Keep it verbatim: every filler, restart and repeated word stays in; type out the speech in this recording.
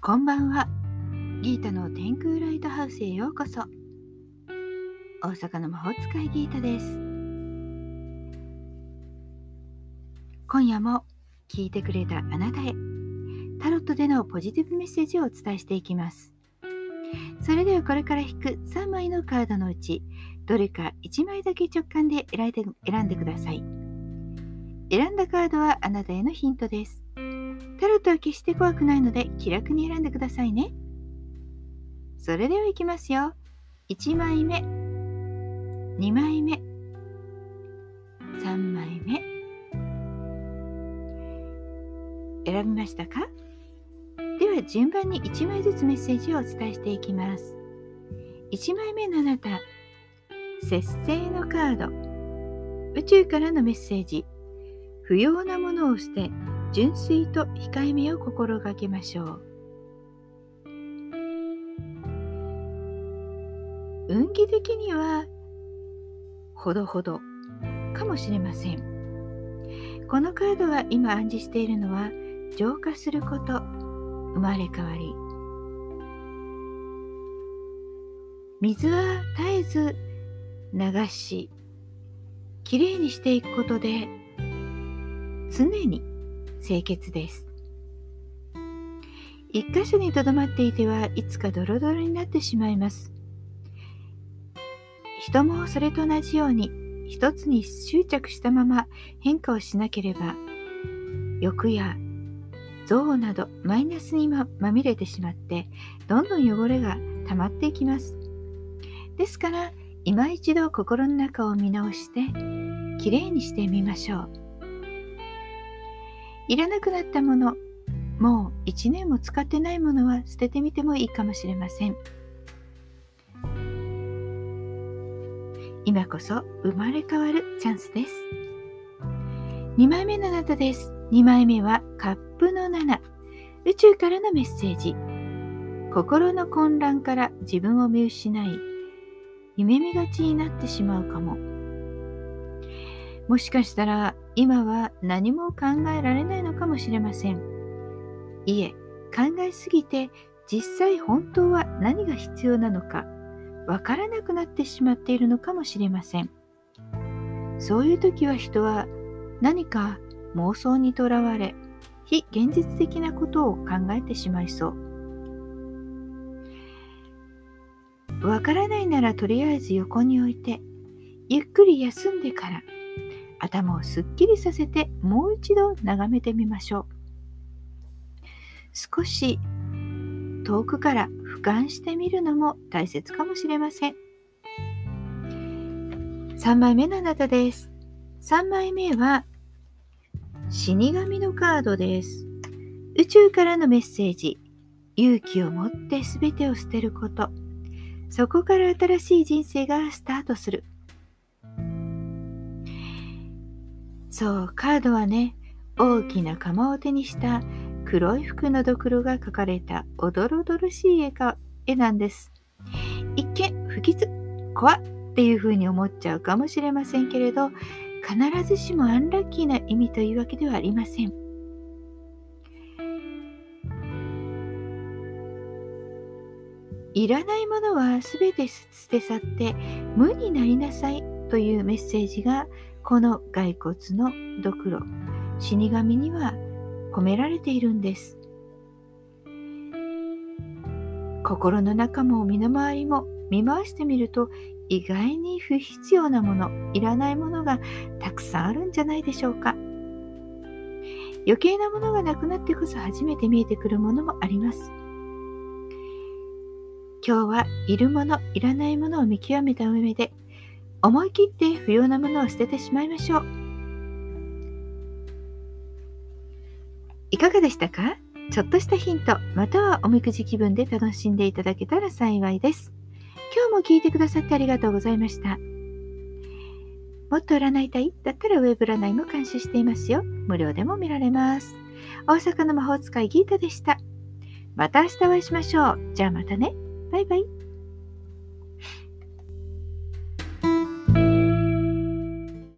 こんばんは。ギータの天空ライトハウスへようこそ。大阪の魔法使いギータです。今夜も聞いてくれたあなたへ、タロットでのポジティブメッセージをお伝えしていきます。それではこれから引くさんまいのカードのうち、どれかいちまいだけ直感で選んで、選んでください。選んだカードはあなたへのヒントです。タロットは決して怖くないので気楽に選んでくださいね。それではいきますよ。いちまいめ、にまいめ、さんまいめ。選びましたか？では順番にいちまいずつメッセージをお伝えしていきます。いちまいめのあなた、節制のカード。宇宙からのメッセージ。不要なものを捨て、純粋と控えめを心がけましょう。運気的にはほどほどかもしれません。このカードが今暗示しているのは浄化すること、生まれ変わり。水は絶えず流し、きれいにしていくことで常に清潔です。一箇所にとどまっていてはいつかドロドロになってしまいます。人もそれと同じように一つに執着したまま変化をしなければ、欲や憎悪などマイナスに ま, まみれてしまってどんどん汚れが溜まっていきます。ですから今一度心の中を見直してきれいにしてみましょう。いらなくなったもの、もういちねんも使ってないものは捨ててみてもいいかもしれません。今こそ生まれ変わるチャンスです。にまいめのあなたです。にまいめはカップのなな。宇宙からのメッセージ。心の混乱から自分を見失い、夢見がちになってしまうかも。もしかしたら今は何も考えられないのかもしれません。いえ、考えすぎて実際本当は何が必要なのかわからなくなってしまっているのかもしれません。そういう時は人は何か妄想にとらわれ、非現実的なことを考えてしまいそう。わからないならとりあえず横に置いて、ゆっくり休んでから頭をすっきりさせてもう一度眺めてみましょう。少し遠くから俯瞰してみるのも大切かもしれません。さんまいめのあなたです。さんまいめは死神のカードです。宇宙からのメッセージ。勇気を持ってすべてを捨てること。そこから新しい人生がスタートする。そう、カードはね、大きな釜を手にした黒い服のドクロが描かれたおどろどろしい絵か絵なんです。一見不吉、怖っていう風に思っちゃうかもしれませんけれど、必ずしもアンラッキーな意味というわけではありません。いらないものはすべて捨て去って無になりなさいというメッセージがこの骸骨のドクロ、死神には込められているんです。心の中も身の回りも見回してみると、意外に不必要なもの、いらないものがたくさんあるんじゃないでしょうか。余計なものがなくなってこそ初めて見えてくるものもあります。今日はいるもの、いらないものを見極めた上で、思い切って不要なものを捨ててしまいましょう。いかがでしたか？ちょっとしたヒント、またはおみくじ気分で楽しんでいただけたら幸いです。今日も聞いてくださってありがとうございました。もっと占いたいだったらウェブ占いも監修していますよ。無料でも見られます。大阪の魔法使いギータでした。また明日お会いしましょう。じゃあまたね。バイバイ。